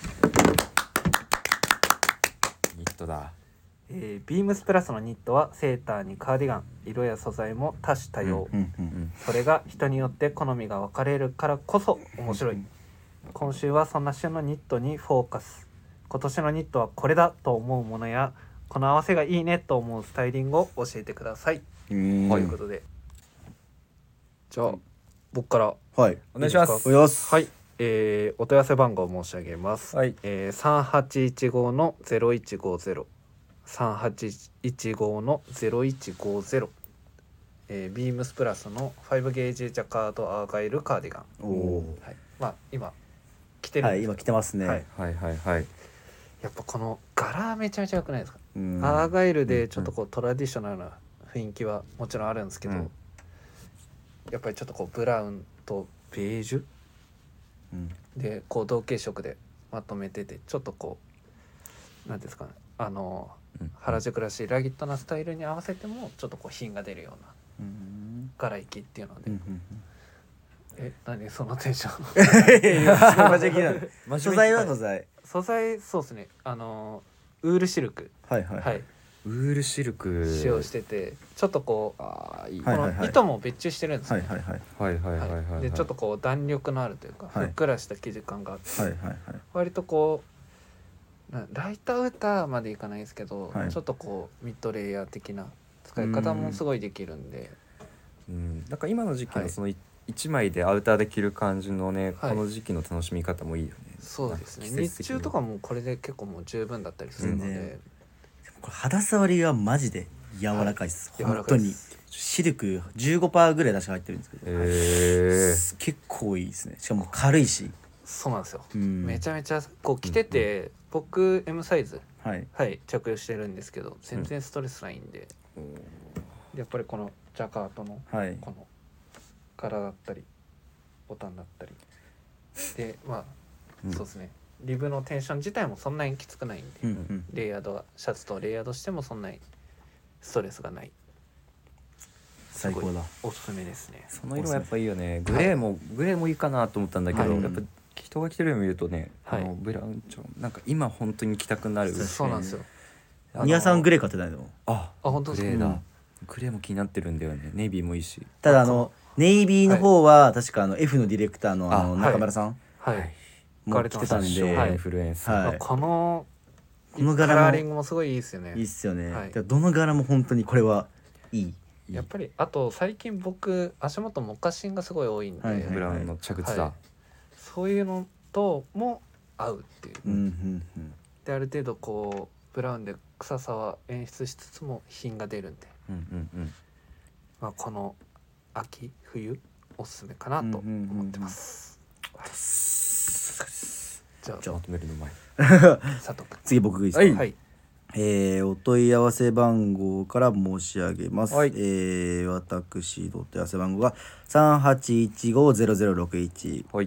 ニットだビームスプラスのニットはセーターにカーディガン色や素材も多種多様、それが人によって好みが分かれるからこそ面白い、今週はそんな旬のニットにフォーカス。今年のニットはこれだと思うものやこの合わせがいいねと思うスタイリングを教えてください、ということでじゃあ僕からはいお願いしますいいですかおやすはい、 お問い合わせ番号を申し上げます、 はい 3815の0150 3815の0150、ビームスプラスの5ゲージジャカードアーガイルカーディガン、 おおはい、まあ今着てるんですはい今来てますね、 はいはいはいはいやっぱこの柄めちゃめちゃ良くないですか、 うんアーガイルでちょっとこうトラディショナルな雰囲気はもちろんあるんですけど、 うんやっぱりちょっとこうブラウンとベージュうんでこう同系色でまとめててちょっとこうなんていうんですかねうん原宿らしいラギットなスタイルに合わせてもちょっとこう品が出るようなうん柄行きっていうので、 うんうん何そのテンションいやすごい真面目気になる真面目に素材は素材素材そうですねウールシルクはいはいはいウールシルク使用しててちょっとこうああいいはいこの糸も別注してるんですよ、 はいはいはいはいはいはいはいはいでちょっとこう弾力のあるというか、 はいふっくらした生地感があって、 はいはいはい割とこうライトアウターまでいかないですけど、 はいちょっとこうミッドレイヤー的な使い方もすごいできるんで、 うんなんか今の時期はいのその一枚でアウターで着る感じのね、 はいこの時期の楽しみ方もいいよね。 そうですねなんか季節的に日中とかもこれで結構もう十分だったりするの全然でこれ肌触りがマジで柔らかいです、 はい本当にシルク 15% ぐらい確か入ってるんですけど、結構いいですねしかも軽いし、 そうなんですよ、 うんめちゃめちゃこう着てて、僕 M サイズはいはい着用してるんですけど全然ストレスないんで、でやっぱりこのジャカートのはいこの柄だったりボタンだったりでまあ、 うんそうですねリブのテンション自体もそんなにきつくないんで、 うんうんレイヤードがシャツとレイヤードしてもそんなにストレスがない最高だおすすめですね。 その色はやっぱいいよね。グレーもいいかなと思ったんだけど、 はいやっぱ人が着てるの見るとね、 はいブラウンなんか今本当に着たくなる。 そうなんですよ。 ニアさんグレー買ってないの？ あ本当ですか。 グレーだ、 うんグレーも気になってるんだよね。ネイビーもいいし。 ただネイビーの方は確かF のディレクターのあ中村さんはい。 も着てたんはいで、 インフルエンス。 はいこのこのカ柄もラーリングもすごいいいですよね。 いいっすよね、 はいだからどの柄も本当にこれはいいやっぱりあと最近僕足元モカシンがすごい多いんで、 はいはいブラウンの着靴だ。 はいそういうのとも合うっていう。 うんうんうんである程度こうブラウンで臭さは演出しつつも品が出るんで、 うんうんうん。 まあ、この秋冬おすすめかなと思ってます。じゃあじゃあまとめるの前。 佐藤君。 次僕いいですか、 はいお問い合わせ番号から申し上げます。 はい私のお問い合わせ番号が3815-0061、 はい。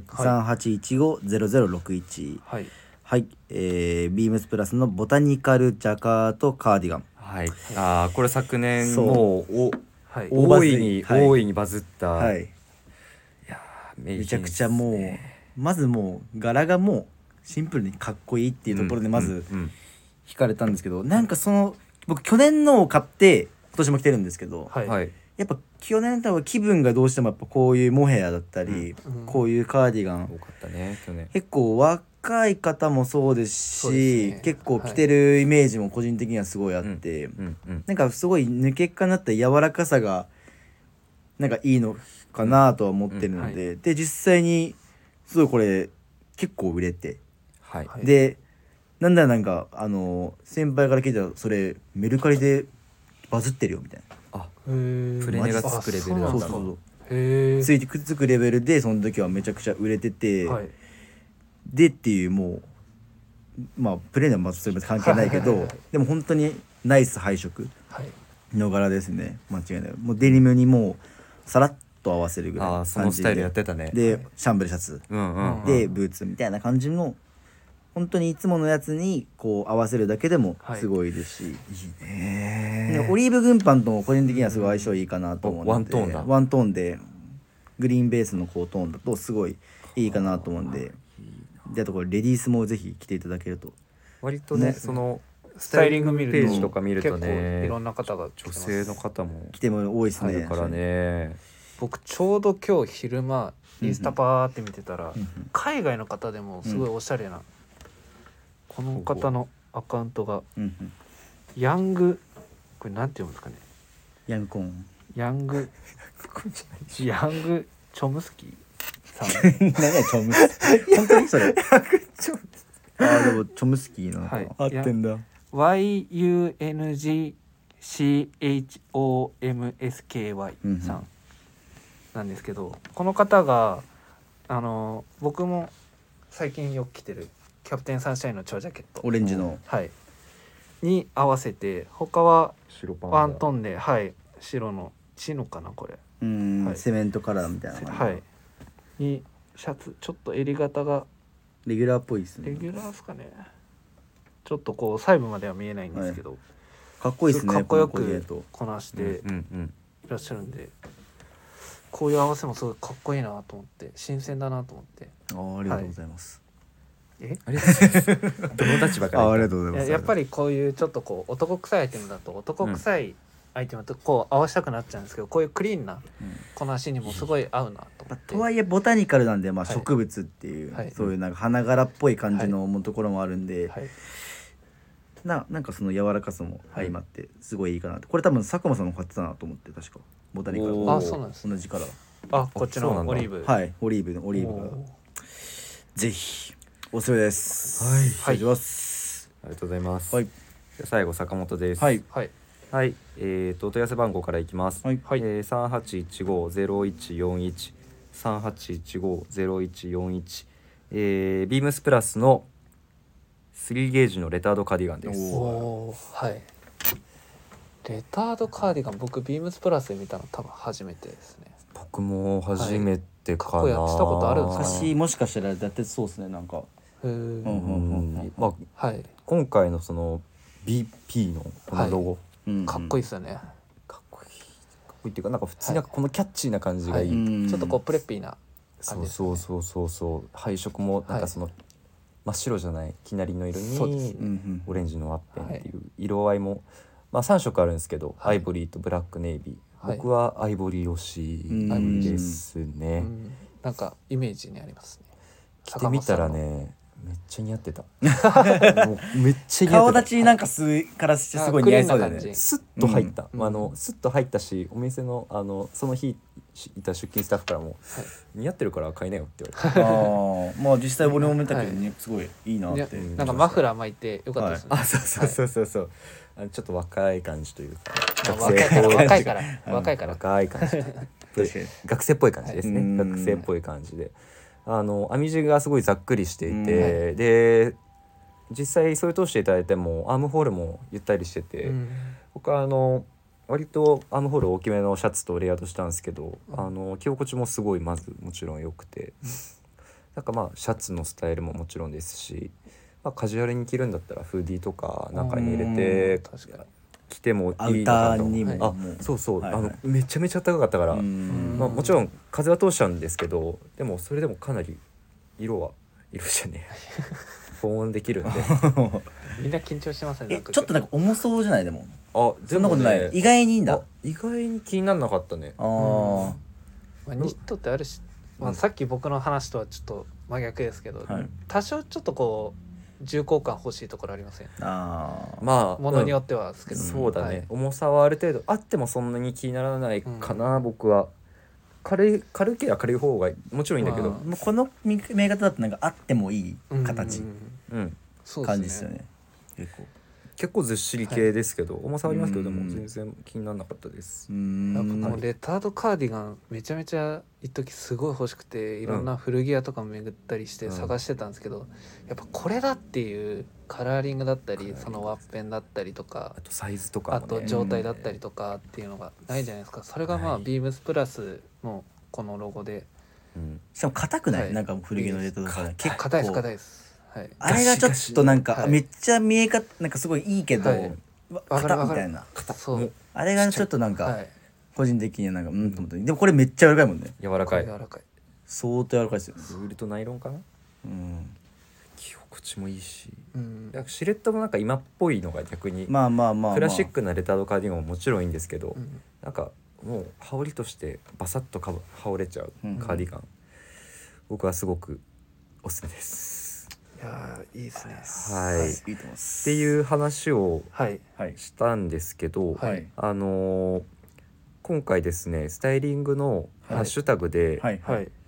3815-0061、 はいはい、ビームスプラスのボタニカルジャカートカーディガン。 はい。ああこれ昨年そうもうはいお大バズり大いにバズった。 はい、 いやー名品めちゃくちゃもう、まずもう柄がもうシンプルにかっこいいっていうところでまずうん惹かれたんですけど、なんかその僕去年のを買って今年も着てるんですけど、 はいはい。 やっぱ去年とは気分がどうしてもやっぱこういうモヘアだったり、 うんこういうカーディガン、 多かったね去年。 結構若い方もそうですそうでしすね結構着てるイメージも個人的にはすごいあって、 うんうん。 なんかすごい抜けっかなった柔らかさがなんかいいのかなとは思ってるので、で実際にすごいこれ結構売れて、 はい。 はいでなんだらなんか先輩から聞いたらそれメルカリでバズってるよみたいな。 あへープレネがつくレベルだったそうそうそうへえついてくっつくレベルでその時はめちゃくちゃ売れてて、 はいでっていうもうまあプレーにはまずそれ別に関係ないけどでも本当にナイス配色はいの柄ですね間違いない。もうデニムにもうさらっと合わせるぐらいのああそのスタイルやってたね。 でシャンブレシャツうんうんうん。 でブーツみたいな感じの本当にいつものやつにこう合わせるだけでもすごいですし、でオリーブ軍パンとも個人的にはすごい相性いいかなと思うので、 ワントーンだワントーンでグリーンベースの高トーンだとすごいいいかなと思うんで、であとこれレディースもぜひ着ていただけると。 割とねねそのスタイリング見るとページとか見ると結構ねいろんな方が着て女ます性の方も着ても多いですね。 入るからね。 僕ちょうど今日昼間インスタパーって見てたら、 うんうん海外の方でもすごいおしゃれな、この方のアカウントがうんうんヤングこれなんて読むんですかねヤングコーンヤングチョムスキーさん何やチョムスキー本当にそれあでもチョムスキーなんか、 はい合ってんだ。 YUNGCHOMSKY さんなんですけど、この方が僕も最近よく着てるキャプテンサンシャインの超ジャケット、 オレンジのはい、に合わせて、他は白パンワントンで、はい、白のチノかなこれ、はいセメントカラーみたいな感じ、 はい、にシャツちょっと襟型がレギュラーっぽいですね。 レギュラーですかね、ちょっとこう細部までは見えないんですけど、 かっこいいですね。 かっこよこのコーディネくートこなしてうんいらっしゃるんで、こういう合わせもすごいかっこいいなと思って、新鮮だなと思って。 ありがとうございます、 えありがとうございますどの立場からあり言ったがとうございます。 やっぱりこういうちょっとこう男臭いアイテムだと男臭いアイテムとこう合わせたくなっちゃうんですけど、こういうクリーンなこなしにもすごい合うなと思って。 とはいえボタニカルなんで、まあ、 はい植物っていう、 はいそういうなんか花柄っぽい感じのところもあるんで、 はいなんかその柔らかさも相まってすごいいいかなって。これ多分佐久間さんも買ってたなと思って、確かボタニカルおーあ、そうなんですね。 同じカラー、 あ、こっちそうなんだのオリーブ。 はい、オリーブのオリーブがおーぜひおすすめです。 はいお願いします。 ありがとうございます。 はいじゃあ最後坂本です。 はいはいはい。お問い合わせ番号からいきます。 はいはい 3815-0141 3815-0141、ビームスプラスの3ゲージのレタードカーディガンです。 おーはい。レタードカーディガン、僕ビームスプラスで見たの多分初めてですね。 僕も初めてかな。 はい過去やってたことあるんですか昔もしかしたらやってそうですね、なんか。 へーうんまあはい。 今回のその BP のこのロゴ、 かっこいいですよね。 かっこいいっていうか、なんか普通になんかこのキャッチーな感じがいい。 うんちょっとこうプレッピーな感じですね。 そう配色もなんかその、真っ白じゃないきなりの色にそうですねオレンジのワッペンっていう色合いも、まあ3色あるんですけど、アイボリーとブラックネイビー、 はい僕はアイボリー推しですね。 うんなんかイメージにありますね。 着てみたらねめっちゃ似合ってたもうめっちゃ似合顔ってた。 立ちなんかからしてすごい似合いそうだよね。 クリーンな感じスッと入った、 うんスッと入ったし、お店のその日いた出勤スタッフからも、似合ってるから買いなよって言われてああ、まあ実際俺も見たけどね、すごいいいなっねて。 なんかマフラー巻いてよかったですね。 あ、そう、ちょっと若い感じというか、 まあ若いから若いから。 若い感じ確かに。 学生っぽい感じですね、 はい学生っぽい感じで、編み地がすごいざっくりしていて、で実際それ通していただいてもアームホールもゆったりしてて、 うん僕は割とアームホール大きめのシャツとレイヤードしたんですけど、着心地もすごいまずもちろん良くて、なんかまあシャツのスタイルももちろんですし、まあ、カジュアルに着るんだったらフーディーとか中に入れて確かに。 着てもいいのかなと。 アウターにもあもうそう、 はいはいめちゃめちゃ暖かかったから、 うんまあ、もちろん風は通しちゃうんですけど、でもそれでもかなり色じゃね保温できるんでみんな緊張してますね。 ちょっとなんか重そうじゃないでも。 あそんなことない。意外にいいんだ。 あ意外に気にならなかったね。 ああ。 まあニットってあるし、まあさっき僕の話とはちょっと真逆ですけど、 はい多少ちょっとこう重厚感欲しいところありません。 ああ。 まあものによってはですけど。 そうだね、 はい重さはある程度あってもそんなに気にならないかな、僕は。軽ければ軽い方がもちろんいいんだけど、 まもうこの見え方だとなんかあってもいい形うんそう感じですよね。結構。 結構ずっしり系ですけど、重さはありますけど、でうんも全然気にならなかったです。 なんかこんのレタードカーディガンめちゃめちゃ一時すごい欲しくて、いろんな古着屋とかも巡ったりして探してたんですけど、やっぱこれだっていうカラーリングだったり、そのワッペンだったりとかあ、とサイズとかあもね、 と状態だったりとかっていうのがないじゃないですか。それがまあビームスプラスのこのロゴでうんしかも硬くない、 はいなんか古着のレートだから結構硬いです硬いです。はい。 あれがちょっとなんか、 はいめっちゃ見え方なんかすごいいいけど、 はいうわわかるわかる硬みたいな。 そう。 あれがちょっとなんか、 はい。 個人的にはなんかと思った。でもこれめっちゃ柔らかいもんね。 柔らかい。 柔らかい。 相当柔らかいですよね。 ウールとナイロンかな。 うん。 着心地もいいし、 うん。 なんかシレットもなんか今っぽいのが逆に、 まあまあまあ、まあ、 クラシックなレタードカーディガンももちろんいいんですけど、 うんなんかもう羽織としてバサッと羽織れちゃうカーディガン、僕はすごくおすすめです。 いやーいいですね。 はい、 いいと思います。 っていう話をはい。 はい。 したんですけど、 はい今回ですねスタイリングのハッシュタグで、 はい。 はい。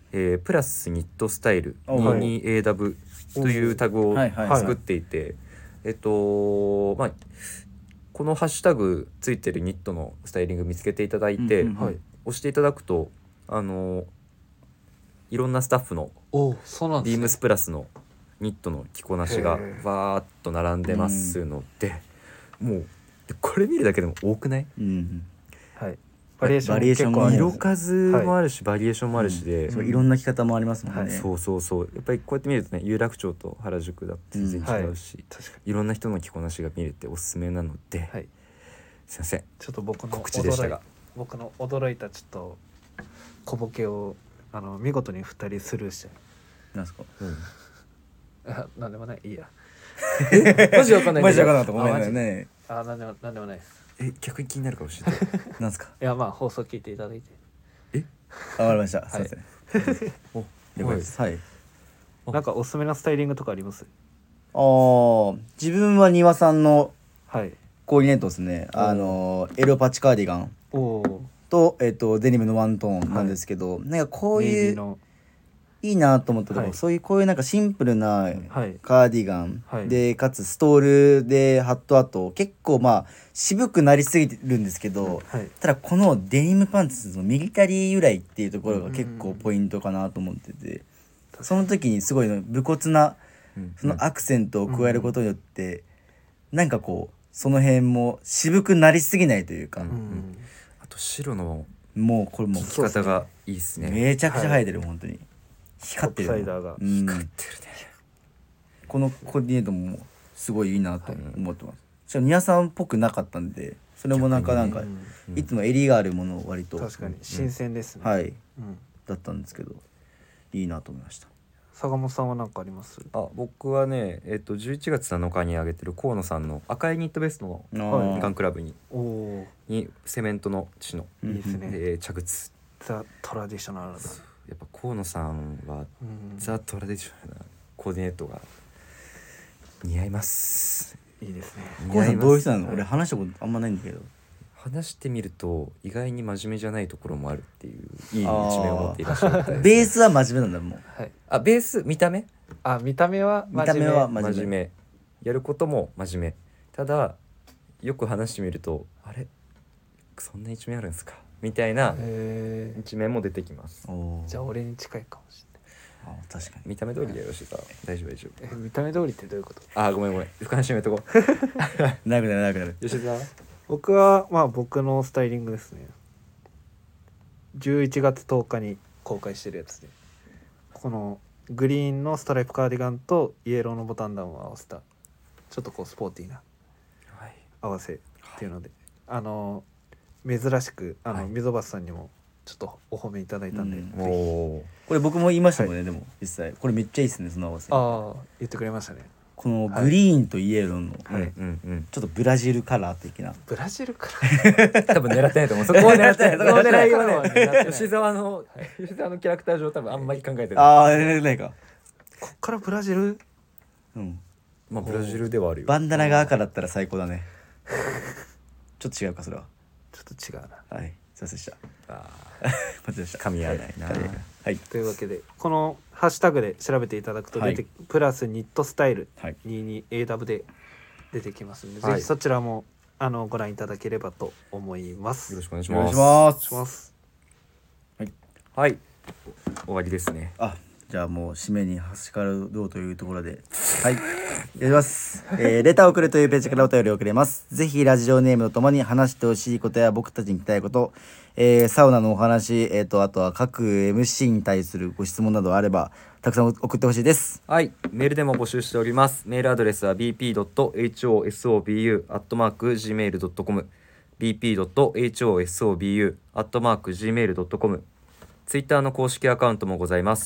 プラスニットスタイルはい 22AW というタグをはいはいはい作っていて、まあこのハッシュタグついてるニットのスタイリング見つけていただいて、 うんうんうんはい押していただくといろんなスタッフのおお、そうなんですね。 ビームスプラスのニットの着こなしがへーわーっと並んでますので、もうこれ見るだけでも多くない？ うんはい。バリエーションバリエーションも結構ある色数もあるし、バリエーションもあるしで、 そういろんな着方もありますもんね、 はいそうそうそう、やっぱりこうやって見るとね、有楽町と原宿だって全然違うし、 確かいろんな人の着こなしが見れておすすめなので、 に。はい。 すいません。 ちょっと僕の告知でしたが僕の驚いたちょっと小ボケを見事に2人スルーして。 なんですかなんでもないいいや。 マジわかんないマジんだけどわかんなかったごめんあマジねなんでもないです。 逆に気になるかもしれない。 なんですかいやまあ放送聞いていただいて。 あわかりましたすいはいませんお了解ですはいあなんかおすすめのスタイリングとかあります？ 自分は庭さんのはい。 コーディネートですねエロパチカーディガンおお。 とデニムのワントーンなんですけど、なんかこういうネイビーのいいなと思ったところ、 はいそういうこういうなんかシンプルなはいカーディガン、 はいでかつストールでハットアット結構まあ渋くなりすぎてるんですけど、 はい。 ただこのデニムパンツのミリタリー由来っていうところが結構ポイントかなと思ってて、その時にすごい武骨なそのアクセントを加えることによって、なんかこうその辺も渋くなりすぎないというか、 うん。 あと白のもうこれもう着方がいいですね。 めちゃくちゃ生えてる、本当に光ってるトップサイダーがうん光ってるね。 このコーディネートもすごいいいなと思ってます。しかもニアさんっぽくなかったんで、それもなんかうんいつも襟があるものを割と確かに新鮮ですね。 はいうん。 だったんですけど、いいなと思いました。 坂本さんは何かあります？ 僕はね、11月7日に上げてる河野さんの赤いニットベストのはいガンクラブにおおセメントの血の、 ー、いいですね。 着靴。 ザ・トラディショナルだ。 やっぱ河野さんはうん。 ザ・トラディショナルなコーディネートが似合います。 いいですね。 コウさんどういう人なの？ はい俺話したことあんまないんだけど。 話してみると意外に真面目じゃないところもあるっていういい一あー面を持っていらっしゃる方ですね。 ベースは真面目なんだもう。 はい。 ベース見た目見た目は見た目は真面目、やることも真面目。ただよく話してみるとあれそんな一面あるんですかみたいな一面も出てきます。 おーじゃあ俺に近いかもし確かに。 見た目通りでよろしいか。大丈夫大丈夫。 れない。見た目通りってどういうこと？ ごめん俯瞰してみとこ長くなる長くなる。 吉沢僕は僕のスタイリングですね。11月10日に公開してるやつで、このグリーンのストライプカーディガンとイエローのボタンダウンを合わせたちょっとこうスポーティーな合わせっていうので、珍しく溝端さんにもちょっとお褒めいただいたんで、 うんぜひおこれ僕も言いましたもんね、でも実際これめっちゃいいっすね、その合わせ。 言ってくれましたね。 このグリーンとイエローの、 はいちょっとブラジルカラー的な。 ブラジルか多分狙ってないと思う。そこは狙ってない。そこは狙いは狙ってないね、吉沢のキャラクター上多分あんまり考えてない。 ああ、ないか。 こっからブラジル。 うん。 まあブラジルではあるよ。 バンダナが赤だったら最高だね。ちょっと違うか、それは。 ちょっと違うな。 はい、すいませんでした。 あ間違えました。 噛み合わないな。 はい。 というわけでこのハッシュタグで調べていただくと出て、プラスニットスタイルはい。 22AW で出てきますので、 はいぜひそちらもご覧いただければと思います。 よろしくお願いしお願いします。 ます。 します。 はい。終わりですね。 あ、じゃあもう締めに端からどうというところで、はい、やります。レターを送るというページからお便りを送れます。ぜひラジオネームとともに話してほしいことや僕たちに聞きたいこと、サウナのお話、あとは各 MC に対するご質問などあればたくさん送ってほしいです。 はい。メールでも募集しております。メールアドレスは bp.hosobu@gmail.com bp.hosobu@gmail.com。ツイッターの公式アカウントもございます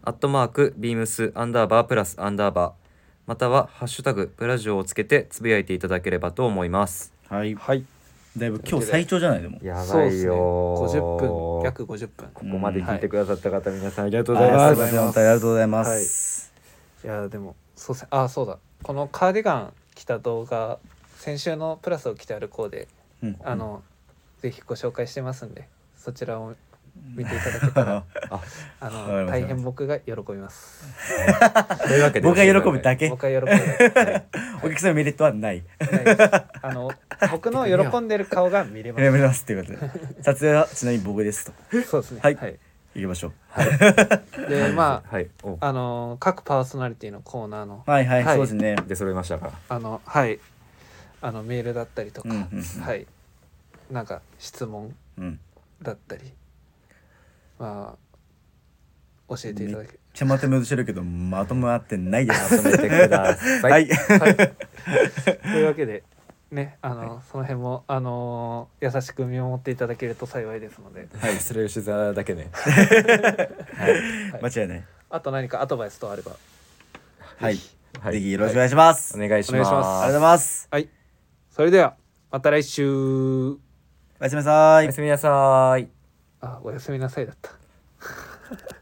。@beams_+_またはハッシュタグプラジオをつけてつぶやいていただければと思います。 はい。 はい。 だいぶ今日最長じゃないでも。 やそうですね。50分約50分。 ここまで聞いてくださった方、皆さんありがとうあございます。 すいません、本当にありがとうございます。 いやでもそうですね。そうだ。このカーディガン着た動画、先週のプラスを着てあるコーデ、 うんぜひご紹介してますんで、そちらを見ていただけたらあわかりました大変僕が喜びます。 というわけで僕が喜ぶだけ僕が喜ぶだけお客さんのメリットはないないです僕の喜んでる顔が見れます。 やめますっていうことで撮影はちなみに僕ですとそうですね。 はいはい。 行きましょうでまはいおあ各パーソナリティのコーナーのはいはい、 はいそうですね出揃いましたか。 はいメールだったりとか、 うんうんうんはいなんか質問うんだったりまあ教えていただけめっちゃまとめようとしてるけどまとまってないですまとめてください。 はいはいというわけでねその辺も優しく見守っていただけると幸いですので、 はい、それ吉沢だけね。 はい間違いないあと何かアドバイスとあればはい、 はいぜひよろしくお願いします、 お願いしお願いしますます。 ありがとうございますはいそれではまた来週。 おやすみなさいおやすみなさい。 おやすみなさいだった